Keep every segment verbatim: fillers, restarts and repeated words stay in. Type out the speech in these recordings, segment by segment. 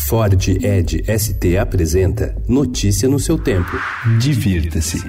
Ford Edge S T apresenta Notícia no seu tempo. Divirta-se.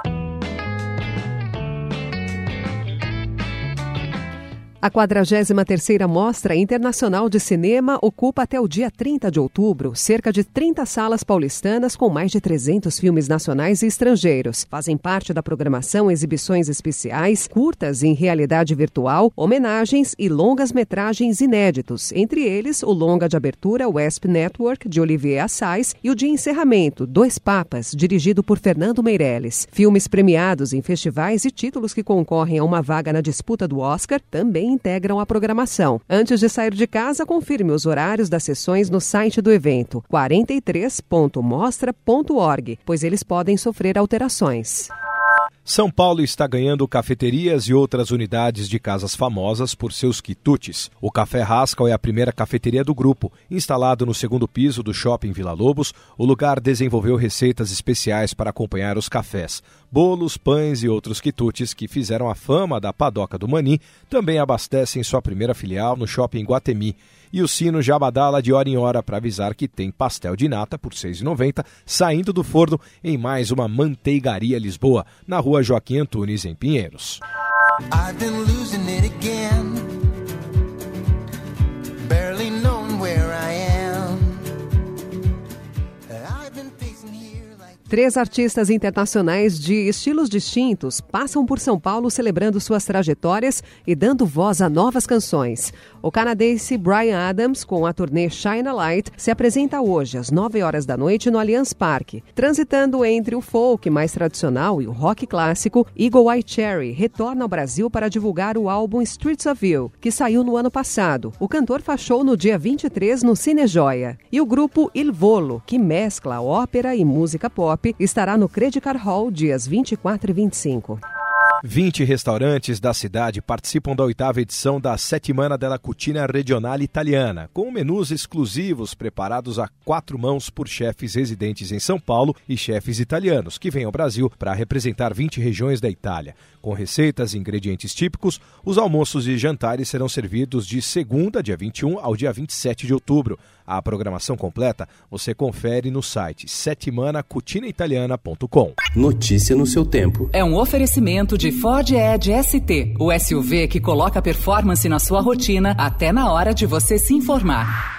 A quadragésima terceira Mostra Internacional de Cinema ocupa até o dia trinta de outubro cerca de trinta salas paulistanas com mais de trezentos filmes nacionais e estrangeiros. Fazem parte da programação exibições especiais, curtas em realidade virtual, homenagens e longas-metragens inéditos, entre eles o longa de abertura Wesp Network, de Olivier Assayas, e o de encerramento Dois Papas, dirigido por Fernando Meirelles. Filmes premiados em festivais e títulos que concorrem a uma vaga na disputa do Oscar também integram a programação. Antes de sair de casa, confirme os horários das sessões no site do evento, quarenta e três ponto mostra ponto org, pois eles podem sofrer alterações. São Paulo está ganhando cafeterias e outras unidades de casas famosas por seus quitutes. O Café Haskell é a primeira cafeteria do grupo. Instalado no segundo piso do Shopping Vila Lobos, o lugar desenvolveu receitas especiais para acompanhar os cafés. Bolos, pães e outros quitutes que fizeram a fama da Padoca do Mani também abastecem sua primeira filial no Shopping Guatemi. E o sino já badala de hora em hora para avisar que tem pastel de nata por seis reais e noventa centavos saindo do forno em mais uma Manteigaria Lisboa, na rua Joaquim Antunes, em Pinheiros. I've been losing it again, barely knowing where I am. I've been facing here like... Três artistas internacionais de estilos distintos passam por São Paulo celebrando suas trajetórias e dando voz a novas canções. O canadense Bryan Adams, com a turnê Shine a Light, se apresenta hoje às nove horas da noite no Allianz Parque. Transitando entre o folk mais tradicional e o rock clássico, Eagle Eye Cherry retorna ao Brasil para divulgar o álbum Streets of You, que saiu no ano passado. O cantor fachou no dia vinte e três no Cine Joia. E o grupo Il Volo, que mescla ópera e música pop, estará no Credit Card Hall dias vinte e quatro e vinte e cinco. vinte restaurantes da cidade participam da oitava edição da Settimana della Cucina Regionale Italiana, com menus exclusivos preparados a quatro mãos por chefes residentes em São Paulo e chefes italianos, que vêm ao Brasil para representar vinte regiões da Itália. Com receitas e ingredientes típicos, os almoços e jantares serão servidos de segunda, dia vinte e um, ao dia vinte e sete de outubro. A programação completa você confere no site settimana cucina italiana ponto com. Notícia no seu tempo. É um oferecimento de Ford Edge S T, o S U V que coloca performance na sua rotina até na hora de você se informar.